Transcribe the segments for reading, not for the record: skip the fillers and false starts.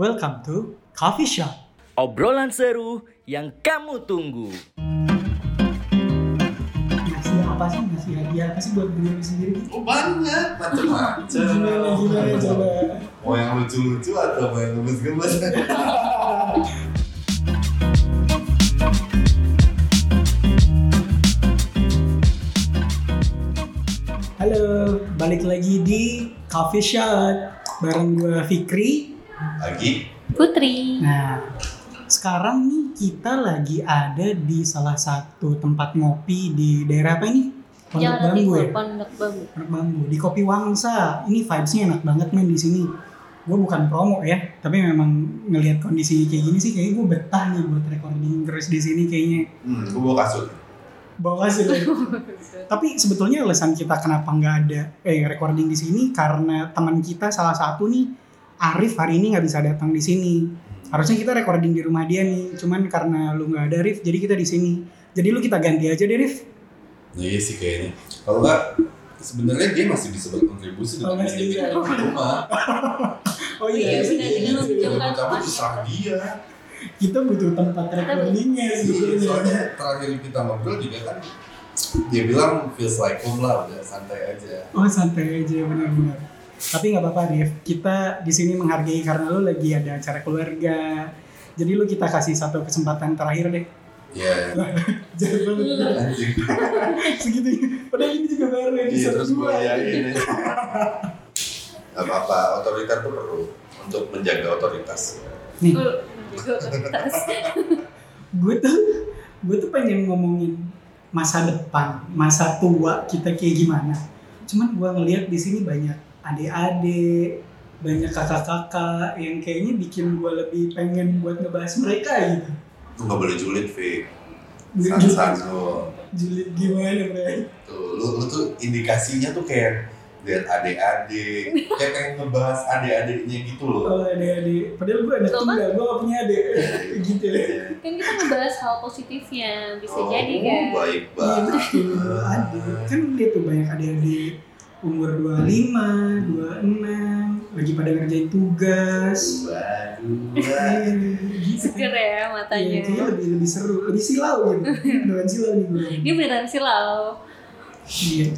Welcome to Coffee Shop. Obrolan seru yang kamu tunggu. Ngasih apa sih? Ngasih hadiah apa sih buat diri sendiri? Oh banyak, macam-macam. Gimana coba? Mau yang lucu-lucu atau mau yang gemes-gemes? Halo, balik lagi di Coffee Shop bareng gue Fikri. Lagi? Putri. Nah, sekarang nih kita lagi ada di salah satu tempat ngopi di daerah apa ini? Pondok Bambu ya? Pondok Bambu. Pondok Bambu di Kopi Wangsa. Ini vibes-nya enak banget men di sini. Gue bukan promo ya, tapi memang ngelihat kondisi kayak gini sih kayaknya gue betah nih buat recording terus di sini kayaknya. Gue bawa kasut. Bawa hasil. Tapi sebetulnya alasan kita kenapa nggak ada recording di sini karena teman kita salah satu nih Arif hari ini nggak bisa datang di sini. Harusnya kita recording di rumah dia nih, cuman karena lu nggak ada Arif, jadi kita di sini. Jadi lu kita ganti aja deh Arif. Nah, iya sih kayaknya. Kalau nggak, sebenarnya dia masih bisa berkontribusi dengan masih pinjam bisa. rumah. Oh iya, Iya, benar, dengan meminjamkan Kamu rumah. terserah dia. kita butuh tempat recordingnya Iya, sebetulnya. soalnya terakhir kita ngobrol juga kan dia bilang feels like home lah, udah santai aja. Oh santai aja benar-benar. Tapi nggak apa-apa Rif, kita di sini menghargai karena lu lagi ada acara keluarga. Jadi lu kita kasih satu kesempatan terakhir deh. Iya. Jangan banget. Anjing. Segitu. Padahal ini juga baru Iya, episode terus gue 2. yakin ya. Gak apa-apa, otoriter tuh perlu untuk menjaga otoritas. Nih, Menjaga otoritas. gue tuh pengen ngomongin masa depan, masa tua kita kayak gimana. Cuman gue ngelihat di sini banyak adik-adik, banyak kakak-kakak yang kayaknya bikin gue lebih pengen buat ngebahas mereka gitu. Lu gak boleh julid, Fik. Julid. San-san lu. Julid gimana, Bray? Tuh, lu tuh indikasinya tuh kayak lihat adik-adik, kayak pengen ngebahas adik-adiknya gitu loh. Oh, adik-adik. Padahal gue anak Loh, tunggal, gue gak punya adik. Gitu ya. Kan kita ngebahas hal positifnya, bisa Oh, jadi kan. baik Iya banget. betul, adik. Kan dia tuh banyak adik-adik umur 25, 26, lagi pada ngerjain tugas. Waduh. Gitu. Seger ya matanya. Iya, kayaknya lebih seru, lebih silau gitu. Dengan silau nih gue. Dia beneran silau. Iya.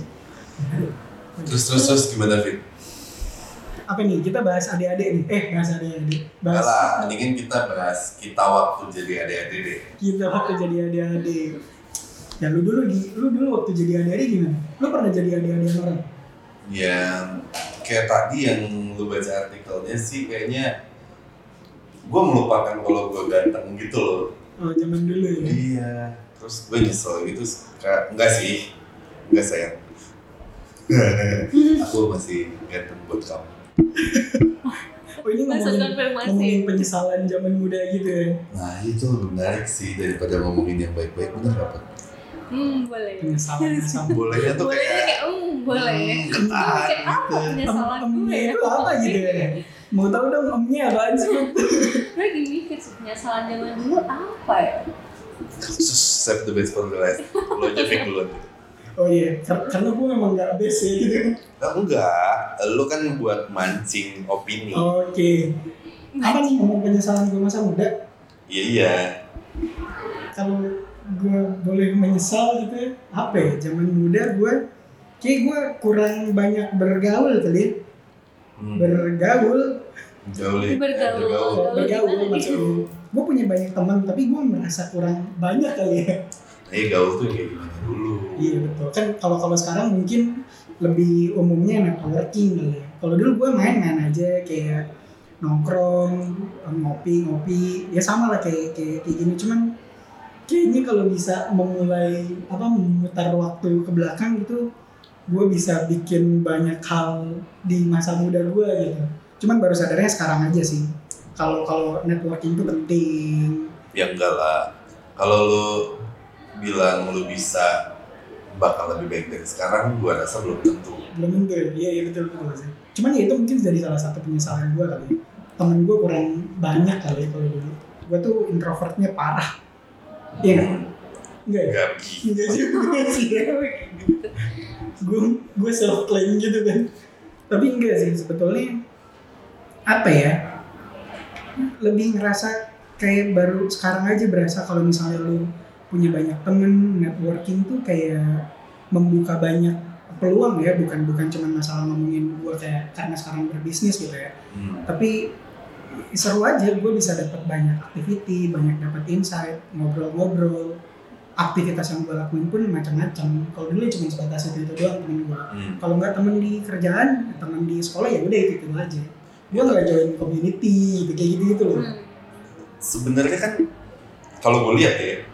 Terus gimana, Fik? Apa nih? Kita bahas adik-adik nih. Bahas adik-adik. Enggak Bahas lah, mendingan kita bahas kita waktu jadi adik-adik deh. kita waktu jadi adik-adik. Ya lu dulu waktu jadi adik-adik gimana? Lu pernah jadi adik-adik orang? Ya, kayak tadi yang lu baca artikelnya sih kayaknya gue melupakan kalau gue ganteng gitu loh. Oh, zaman dulu ya. Iya, terus gue nyesel gitu. Enggak sih, enggak sayang. Aku masih ganteng buat kamu. Oh, ini Maksud ngomongin konfirmasi. penyesalan zaman muda gitu ya. Nah itu lebih menarik sih daripada ngomongin yang baik-baik, bener gak, Pak? Boleh. Penyesalan sama. Bolehnya tuh Boleh kayak boleh. ketat Kayak apa gitu. penyesalan gue Emnya ya? itu apa gitu ya? Mau tahu dong emnya apaan sih? Gue lagi mikir sih, penyesalan zaman dulu apa ya? Save the best for the last. Lo aja Fik duluan. Oh iya, karena gue memang gak best ya gitu. Enggak, lo kan buat mancing opini. Oke. Apa nih ngomong penyesalan gue masa muda? Iya. Kalau gue boleh menyesal gitu ya, apa ya? Zaman muda gue kurang banyak bergaul kali ya. Bergaul maksudnya. Gue punya banyak teman, tapi gue merasa kurang banyak kali ya. Gaul tuh kayak gimana dulu? Iya betul. Kan kalau sekarang mungkin lebih umumnya networking kali ya. Kalau dulu gue main-main aja kayak nongkrong, ngopi, ya sama lah kayak gini. Cuman kayaknya kalau bisa memutar waktu ke belakang gitu, gue bisa bikin banyak hal di masa muda gue gitu. Cuman baru sadarnya sekarang aja sih. Kalau networking itu penting. Ya enggak lah. Kalau lo bilang lu bisa bakal lebih baik dari sekarang, gua rasa belum tentu. Belum tentu ya, iya betul sih. Cuman ya itu mungkin jadi salah satu penyesalan gue kali. Temen gue kurang banyak kali kalau dulu. Gue tuh introvertnya parah. Iya nggak? Enggak ya? Enggak juga sih ya. Gue self claim gitu kan. Tapi enggak sih sebetulnya. Apa ya? lebih ngerasa kayak baru sekarang aja berasa kalau misalnya lu punya banyak temen, networking tuh kayak membuka banyak peluang ya, bukan cuma masalah ngomongin gue kayak karena sekarang berbisnis gitu ya, tapi seru aja, gue bisa dapat banyak activity, banyak dapat insight, ngobrol-ngobrol, aktivitas yang gue lakuin pun macam-macam. Kalau dulu cuma sebatas itu doang temen gue. Kalau nggak temen di kerjaan, temen di sekolah ya udah itu aja. Gue nggak join community, kayak gitu loh. Sebenarnya kan kalau gue lihat ya,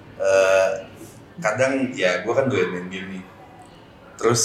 kadang ya gue kan doyan main game nih, terus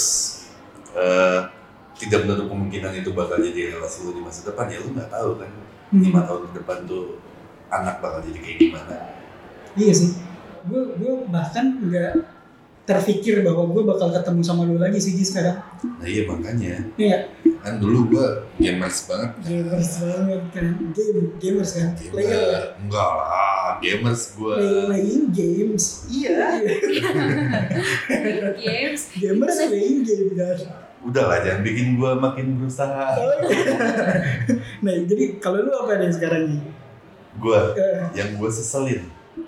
tidak menutup kemungkinan itu bakal jadi relasi lu di masa depan, ya lu nggak tahu kan 5 tahun ke depan tuh anak bakal jadi kayak gimana. Iya sih, gue bahkan nggak terpikir bahwa gue bakal ketemu sama lu lagi sih sekarang. Nah iya makanya. Iya. Kan dulu gue gamers banget. Gamers banget kan, gamers kan. Enggak lah, gamers gue. Playing games. Iya. Gamers playing game kan. Udah lah, jangan bikin gue makin berusaha. Nah jadi kalau lu apa nih sekarang nih? Gue, yang gue seselin,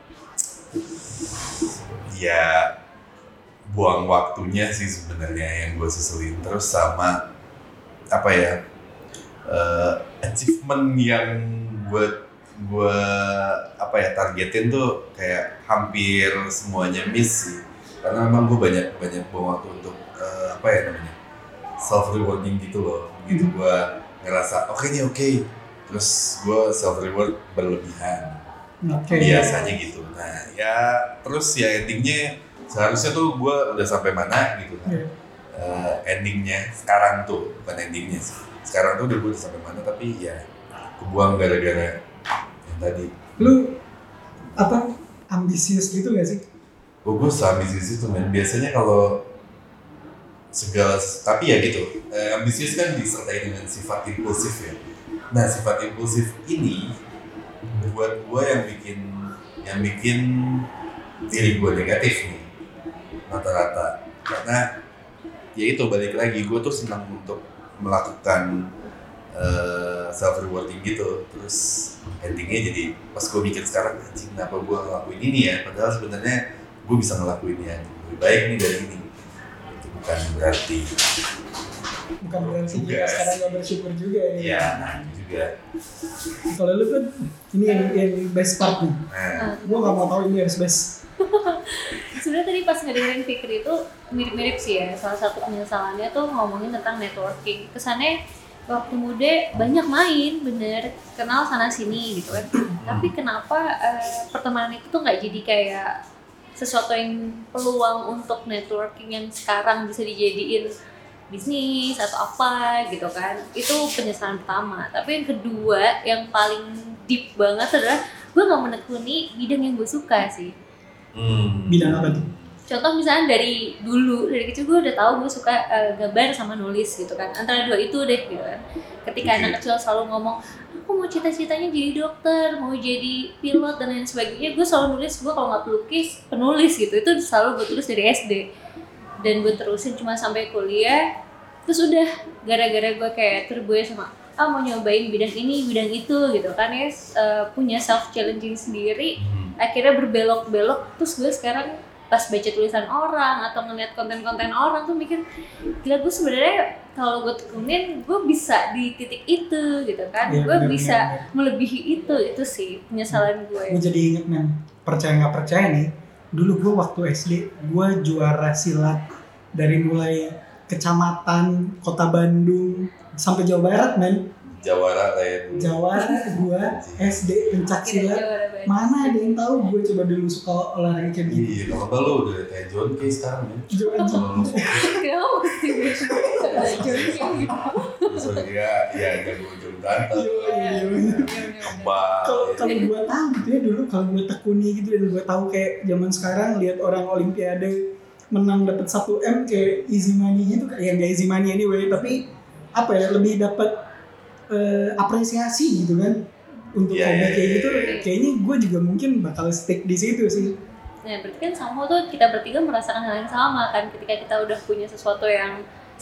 ya buang waktunya sih sebenarnya yang gue seselin. Terus sama apa ya, achievement yang gue apa ya targetin tuh kayak hampir semuanya miss sih. Karena memang gue banyak buang waktu untuk apa ya namanya, self rewarding gitu loh. Gitu gue ngerasa oke, terus gue self reward berlebihan. Biasanya gitu. Nah ya terus ya endingnya seharusnya tuh gue udah sampai mana gitu kan. Endingnya sekarang tuh bukan endingnya sih. Sekarang tuh udah sampai mana, tapi ya kebuang gara-gara yang tadi. Lu apa ambisius gitu gak sih? Gue ambisius itu men. Biasanya kalau segala, tapi ya gitu, ambisius kan disertai dengan sifat impulsif ya. Nah sifat impulsif ini buat gue yang bikin diri gue negatif nih rata-rata. Karena ya itu balik lagi, gue tuh senang untuk melakukan self rewarding gitu. Terus endingnya jadi pas gue mikir sekarang, anjing kenapa gue ngelakuin ini ya, padahal sebenarnya gue bisa ngelakuin yang lebih baik nih dari ini. Bukan berarti juga sekarang gak bersyukur juga ya. Iya, nah juga. Kalau lu kan ini yang best part nih. Gue gak mau tahu ini harus best. Sebenarnya tadi pas ngedengerin Fikri itu mirip-mirip sih ya. Salah satu penyesalannya tuh ngomongin tentang networking. Kesannya waktu muda banyak main, bener, kenal sana sini gitu kan. Tapi kenapa pertemanan itu tuh nggak jadi kayak sesuatu yang peluang untuk networking yang sekarang bisa dijadiin bisnis atau apa gitu kan. Itu penyesalan pertama. Tapi yang kedua yang paling deep banget adalah gue gak menekuni bidang yang gue suka sih. Bidang apa tuh? Contoh misalnya dari kecil gue udah tahu gue suka gambar sama nulis gitu kan. Antara dua itu deh gitu kan. Ketika anak kecil selalu ngomong aku mau cita-citanya jadi dokter, mau jadi pilot dan lain sebagainya, gue selalu nulis. Gue kalau nggak pelukis, penulis gitu. Itu selalu gue tulis dari SD dan gue terusin cuma sampai kuliah. Terus udah gara-gara gue kayak terbuai sama mau nyobain bidang ini, bidang itu gitu kan ya, punya self challenging sendiri. Akhirnya berbelok-belok. Terus gue sekarang pas baca tulisan orang atau ngeliat konten-konten orang tuh mikir, gila gue sebenarnya kalau gue tekunin gue bisa di titik itu gitu kan, ya, gue bisa melebihi itu sih penyesalan gue. Gue jadi inget men, percaya nggak percaya nih, dulu gue waktu SD gue juara silat dari mulai kecamatan, kota Bandung sampai Jawa Barat men. Jawara kayak Jawara gue SD pencak silat. Mana ada yang tahu gue coba dulu suka olahraga kayak gitu. Iya, kalau lu udah kayak John Kay sekarang ya. John Kay. Kenapa mesti John Kay gitu? Terus ya gak gue John Ganteng. Kalau gue tahu gitu ya dulu, kalau gue tekuni gitu dan gue tahu kayak zaman sekarang lihat orang Olimpiade menang dapat 1M kayak easy money gitu, kayak nggak easy money anyway, tapi apa ya, lebih dapat apresiasi gitu kan untuk hobi kayak gitu. Kayaknya gue juga mungkin bakal stick di situ sih. Nah berarti kan sama tuh kita bertiga merasakan hal yang sama kan, ketika kita udah punya sesuatu yang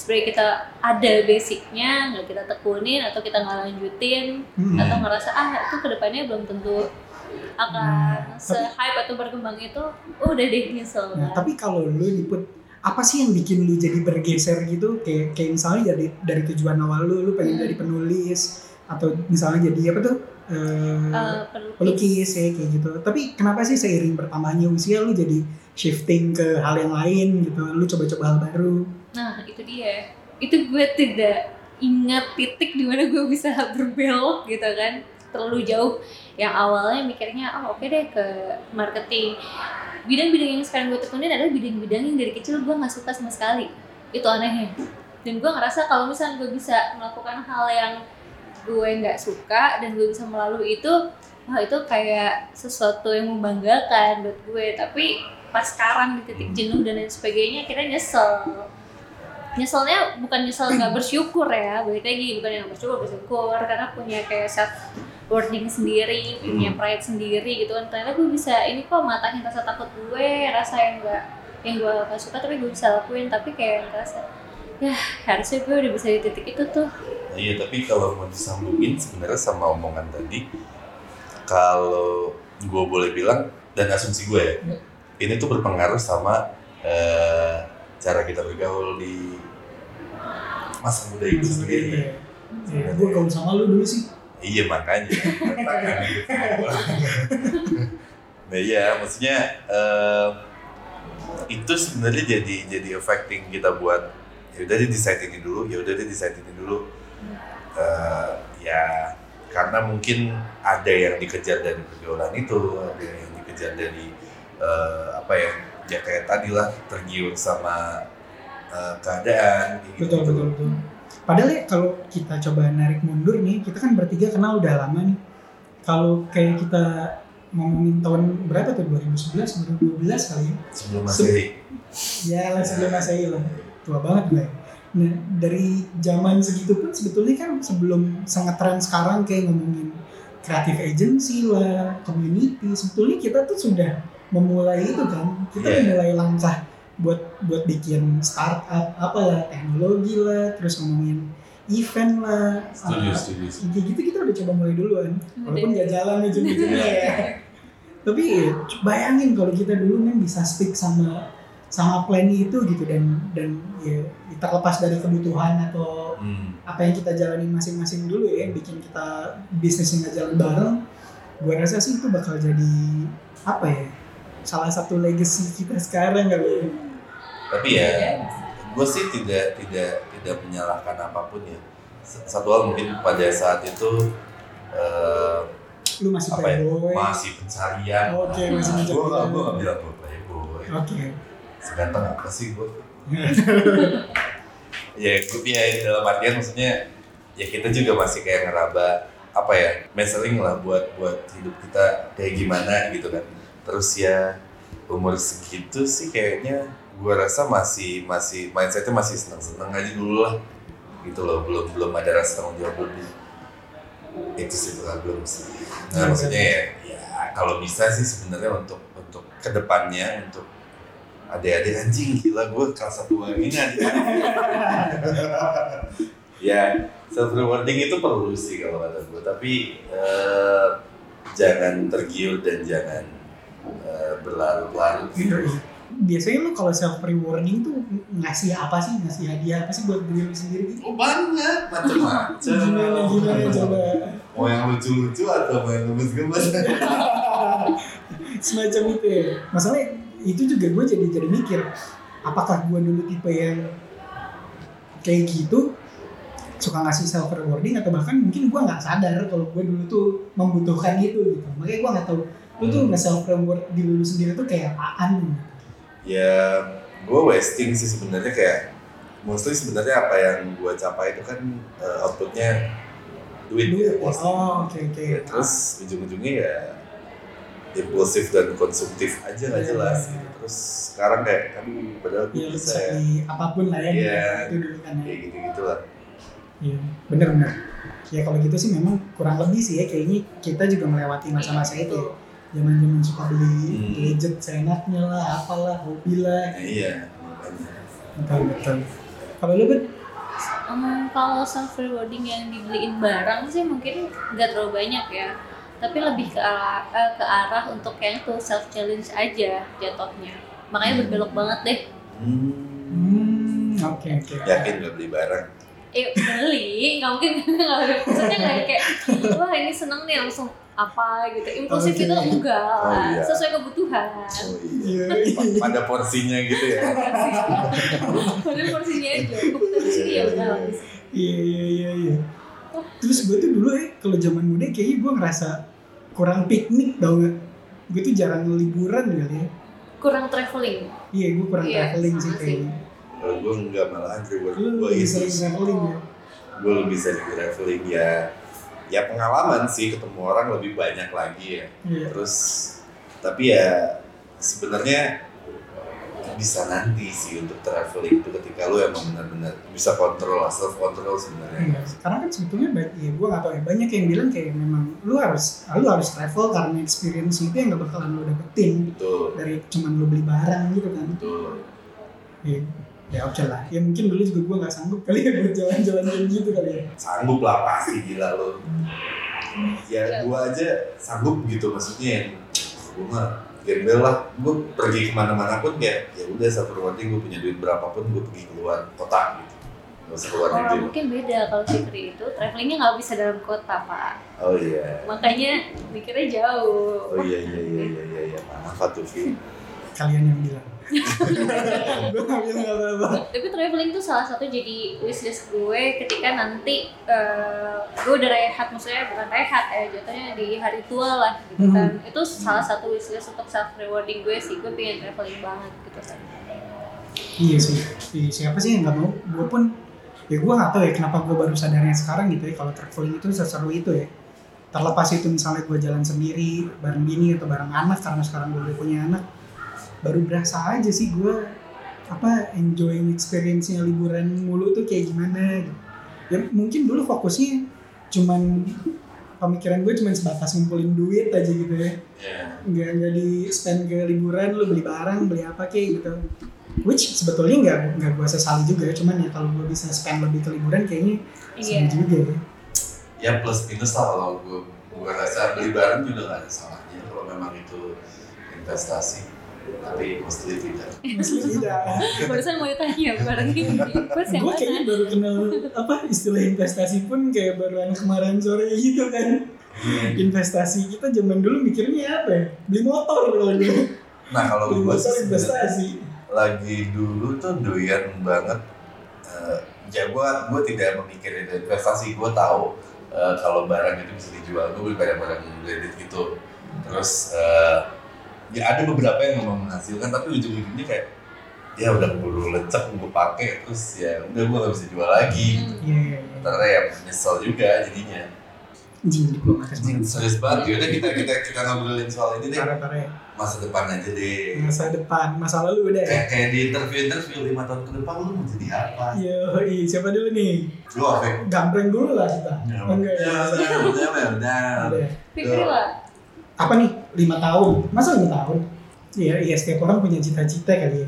sebenarnya kita ada basicnya, nggak kita tekunin atau kita nggak lanjutin atau ngerasa itu kedepannya belum tentu akan se-hype atau berkembang itu, udah deh nyesel. Nah, tapi kalau lu Diput, apa sih yang bikin lu jadi bergeser gitu? Kayak misalnya dari tujuan awal lu pengen jadi penulis atau misalnya jadi apa tuh? Pelukis ya kayak gitu. Tapi kenapa sih seiring bertambahnya usia lu jadi shifting ke hal yang lain gitu? Lu coba-coba hal baru. Nah itu dia. Itu gue tidak ingat titik di mana gue bisa berbelok gitu kan. Terlalu jauh. Yang awalnya mikirnya oke deh ke marketing. Bidang-bidang yang sekarang gue tekunin adalah bidang-bidang yang dari kecil gue gak suka sama sekali. Itu anehnya. Dan gue ngerasa kalau misalnya gue bisa melakukan hal yang gue nggak suka dan gue bisa melalui itu, itu kayak sesuatu yang membanggakan buat gue. Tapi pas sekarang di titik jenuh dan lain sebagainya, kita nyeselnya bukan nyesel nggak bersyukur ya, balik lagi bukan yang bersyukur karena punya kayak self wording sendiri, punya pride sendiri gitu kan. Ternyata gue bisa ini kok matahin rasa takut gue, rasa yang gue gak suka tapi gue bisa lakuin. Tapi kayak ngerasa ya harusnya gue udah bisa di titik itu tuh. Iya, tapi kalau mau disambungin sebenarnya sama omongan tadi, kalau gue boleh bilang dan asumsi gue ya, ini tuh berpengaruh sama cara kita bergaul di masa muda itu sendiri. Ya, gue gaul sama lu dulu sih. Iya makanya. Nah iya, maksudnya itu sebenarnya jadi affecting kita buat ya udah decide ini dulu. Ya karena mungkin ada yang dikejar dari pergaulan itu, ada yang dikejar dari ya kayak tadi lah, tergiur sama keadaan gitu. Betul. Padahal ya kalau kita coba narik mundur nih, kita kan bertiga kenal udah lama nih. Kalau kayak kita ngomongin tahun berapa tuh, 2011, 2012 kali ya? Sebelum Masehi. Ya lah, sebelum Masehi lah. Tua banget gue. Nah, dari zaman segitu pun sebetulnya kan sebelum sangat tren sekarang kayak ngomongin creative agency lah, community, sebetulnya kita tuh sudah memulai itu kan. Kita memulai langkah buat bikin startup apalah, teknologi lah, terus ngomongin event lah. Setuju. Kayak gitu kita udah coba mulai duluan. Walaupun gak jalan ujung-ujungnya ya. Tapi bayangin kalau kita dulu kan bisa stick sama plan itu gitu, dan ya terlepas dari kebutuhan atau apa yang kita jalani masing-masing dulu ya, bikin kita bisnisnya nggak jalan bareng. Gue rasa sih itu bakal jadi salah satu legacy kita sekarang kali. Tapi ya gue sih tidak menyalahkan apapun ya. Satu hal mungkin pada saat itu lu masih playboy, masih pencarian. Oke, masih pencarian. Gue nggak bilang gue playboy. Oke. Seganteng apa sih gue? Ya dalam artian maksudnya ya kita juga masih kayak ngeraba measuring lah buat hidup kita kayak gimana gitu kan. Terus ya umur segitu sih kayaknya gue rasa masih mindsetnya masih seneng aja dulu lah gitu loh, belum ada rasa tanggung jawab lebih. Itu sih belum sih. Nah maksudnya ya kalau bisa sih sebenarnya untuk kedepannya, untuk adik-adik anjing gila gue kelas 1 ini adik. Ya self rewarding itu perlu sih kalau kata gue, tapi jangan tergiur dan jangan berlarut-larut gitu. Biasanya lu kalau self rewarding tuh ngasih hadiah apa sih buat diri lu sendiri gitu? Oh banyak, macam-macam. Gimana coba? Mau yang lucu-lucu atau mau yang gemes-gemes? Semacam itu ya. Masalahnya itu juga gue jadi mikir, apakah gue dulu tipe yang kayak gitu, suka ngasih self rewarding, atau bahkan mungkin gue nggak sadar kalau gue dulu tuh membutuhkan itu gitu. Makanya gue nggak tahu lu tuh nge self reward di lu sendiri tuh kayak apaan? Ya gue wasting sih sebenarnya, kayak mostly sebenarnya apa yang gue capai itu kan outputnya duit. Ya, oke. Ya, terus ujung-ujungnya ya impulsif dan konsumtif aja nggak jelas gitu. Terus sekarang kayak padahal gue bisa apapun lah ya, itu dulu kan kayak gitu lah. Iya, bener. Ya kalau gitu sih memang kurang lebih sih ya, kayaknya kita juga melewati masa-masa itu ya. Zaman-zaman suka beli gadget seenaknya lah, apalah, hobi lah. Iya. Betul. Kalau lu kan? Kalau self rewarding yang dibeliin barang sih mungkin nggak terlalu banyak ya, tapi lebih ke arah untuk yang tuh self challenge aja jatuhnya, makanya berbelok banget deh. Oke. Yakin gak beli barang? Beli, nggak mungkin maksudnya nggak kayak wah ini seneng nih langsung apa gitu, impulsif itu enggak lah, sesuai kebutuhan. Pada porsinya gitu ya. Pada porsinya aja, kebutuhan di sini ya udah habis. Iya. Terus gue tuh dulu kalau zaman muda kayaknya gue ngerasa kurang piknik tau gak? Gue tuh jarang liburan kali ya. Kurang traveling. Iya, gue kurang traveling sih kayaknya. Kalau gue enggak, malahan reward gue itu sering traveling ya. Gue lebih sering traveling ya pengalaman sih, ketemu orang lebih banyak lagi ya. Terus tapi ya sebenarnya bisa nanti sih untuk traveling itu ketika lu emang benar-benar bisa kontrol, self control sebenarnya. Karena kan sebetulnya gue nggak tahu ya, banyak yang bilang kayak memang lu harus travel karena experience itu yang gak bakalan lu dapetin. Betul. Dari cuman lu beli barang gitu kan. Betul. Ya oke lah. Ya mungkin dulu juga gue nggak sanggup kali ya buat jalan-jalan kayak gitu kali ya. Sanggup lah pasti, gila lo. Ya gue aja sanggup gitu, maksudnya yang gue mah gembel lah. Gue pergi kemana-mana pun ya udah self rewarding, gue punya duit berapapun gue pergi keluar kota gitu. Gak usah keluar negeri. Mungkin beda kalau Fikri itu travelingnya nggak bisa dalam kota pak. Oh iya. Makanya mikirnya jauh. Oh iya. Maaf tuh Fi. Kalian yang bilang. Gue gak bilang apa-apa. Tapi traveling tuh salah satu jadi wishlist gue ketika nanti gue udah rehat, maksudnya bukan rehat ya, jatuhnya di hari tua lah gitu kan. Itu salah satu wishlist untuk self rewarding gue sih, gue pengen traveling banget gitu kan. Iya sih, siapa sih yang gak mau? Gue pun, ya gue gak tahu ya kenapa gue baru sadarnya sekarang gitu ya kalau traveling itu seseru itu ya. Terlepas itu misalnya gue jalan sendiri bareng bini atau bareng anak, karena sekarang gue udah punya anak, baru berasa aja sih gue enjoying experience-nya liburan mulu tuh kayak gimana gitu. Ya mungkin dulu fokusnya pemikiran gue cuman sebatas ngumpulin duit aja gitu ya. Nggak di spend ke liburan, lu beli barang, beli apa kayak gitu. Which sebetulnya nggak gue sesali juga, cuman ya kalau gue bisa spend lebih ke liburan kayaknya seru juga ya. Ya plus minus lah, kalau gue rasa beli barang juga nggak ada salahnya kalau memang itu investasi. Tapi mostly tidak. Barusan mau ditanya barang ini. Gue kayaknya baru kenal istilah investasi pun kayak baru anak kemarin sore gitu kan. Investasi kita zaman dulu mikirnya apa ya? Beli motor loh dulu. Nah kalau gue investasi lagi dulu tuh doyan banget. Ya gue tidak memikirkan investasi. Gue tahu kalau barang itu bisa dijual. Gue beli barang-barang branded gitu. Terus ya ada beberapa yang memang menghasilkan, tapi ujung-ujungnya kayak ya udah keburu lecek gue pakai, terus ya udah gue gak bisa jual lagi. Karena ya nyesel juga jadinya. Serius banget. Yaudah kita ngobrolin soal ini deh. Masa depan aja deh. Masa depan, masa lalu udah. Kayak di interview 5 tahun ke depan lu mau jadi apa? Siapa dulu nih? Lu apa? Gambreng dulu lah kita. Enggak ya. Udah. Fikri lah. Apa nih 5 tahun? Masa 5 tahun? Iya setiap orang punya cita-cita kali ya.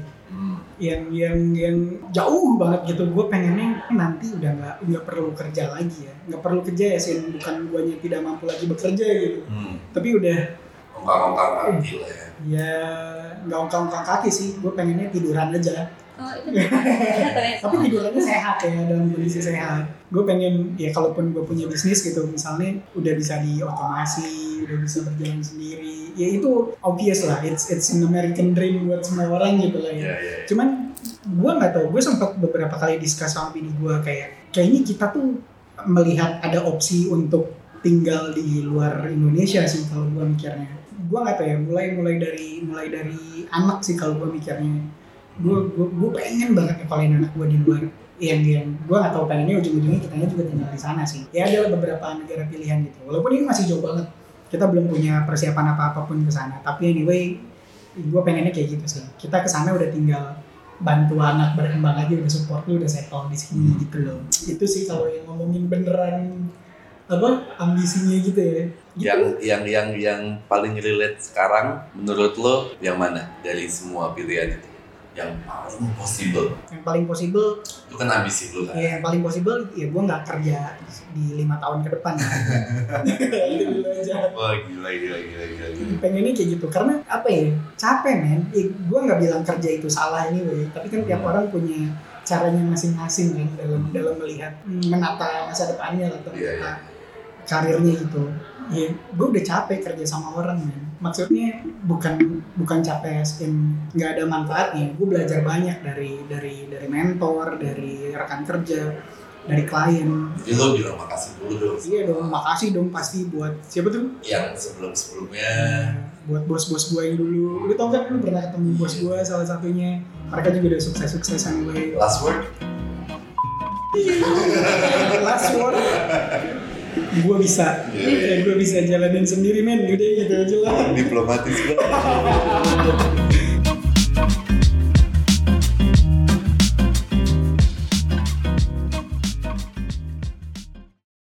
Yang jauh banget gitu. Gue pengennya nanti udah nggak perlu kerja lagi ya. Nggak perlu kerja ya sih, bukan guanya tidak mampu lagi bekerja gitu. Tapi udah ongkang-ongkang kaki lah ya. Ya nggak ongkang-ongkang kaki sih. Gue pengennya tiduran aja. Oh, itu tapi tidurannya sehat ya, dalam kondisi sehat. Gue pengen ya kalaupun gue punya bisnis gitu, misalnya udah bisa diotomasi, udah bisa berjalan sendiri. Ya itu obvious lah, it's an American dream buat semua orang gitu lah ya. Cuman gue nggak tahu, gue sempat beberapa kali discuss sama bini gue kayaknya kita tuh melihat ada opsi untuk tinggal di luar Indonesia sih kalau gue mikirnya. Gue nggak tahu ya, mulai dari anak sih kalau gue mikirnya. Gue pengen banget nyekolin anak gue di luar. Yang gue nggak tahu, pengennya ujung-ujungnya kitanya juga tinggal di sana sih. Ya ada beberapa negara pilihan gitu. Walaupun ini masih jauh banget, kita belum punya persiapan apa-apapun ke sana. Tapi anyway, gue pengennya kayak gitu sih. Kita ke sana udah tinggal bantu anak berkembang aja, udah support lu, udah settle di sini gitu loh. Itu sih kalau yang ngomongin beneran ambisinya gitu ya. Gitu. Yang paling relate sekarang menurut lo yang mana dari semua pilihan itu? yang paling possible. Yang paling possible Itu kan ambisi lu kan. ya, yang paling possible ya gue nggak kerja di 5 tahun ke depan. Itu dulu aja. Wah gila. Pengennya kayak gitu karena apa ya, capek men. Gue nggak bilang kerja itu salah anyway, tapi kan tiap orang punya caranya masing-masing kan dalam melihat menata masa depannya atau menata karirnya gitu. Ya gue udah capek kerja sama orang men. Maksudnya bukan capek nggak ada manfaatnya. Gue belajar banyak dari mentor, dari rekan kerja, dari klien. Jadi lo bilang makasih dulu dong. Iya dong, makasih dong pasti buat siapa tuh? Yang sebelumnya. Buat bos-bos gue yang dulu. Lu tau kan, lu pernah ketemu bos gue salah satunya. Mereka juga udah sukses-suksesan gue. Last word? Last word. Gue bisa jalanin sendiri men. Udah gitu aja lah. Diplomatis banget.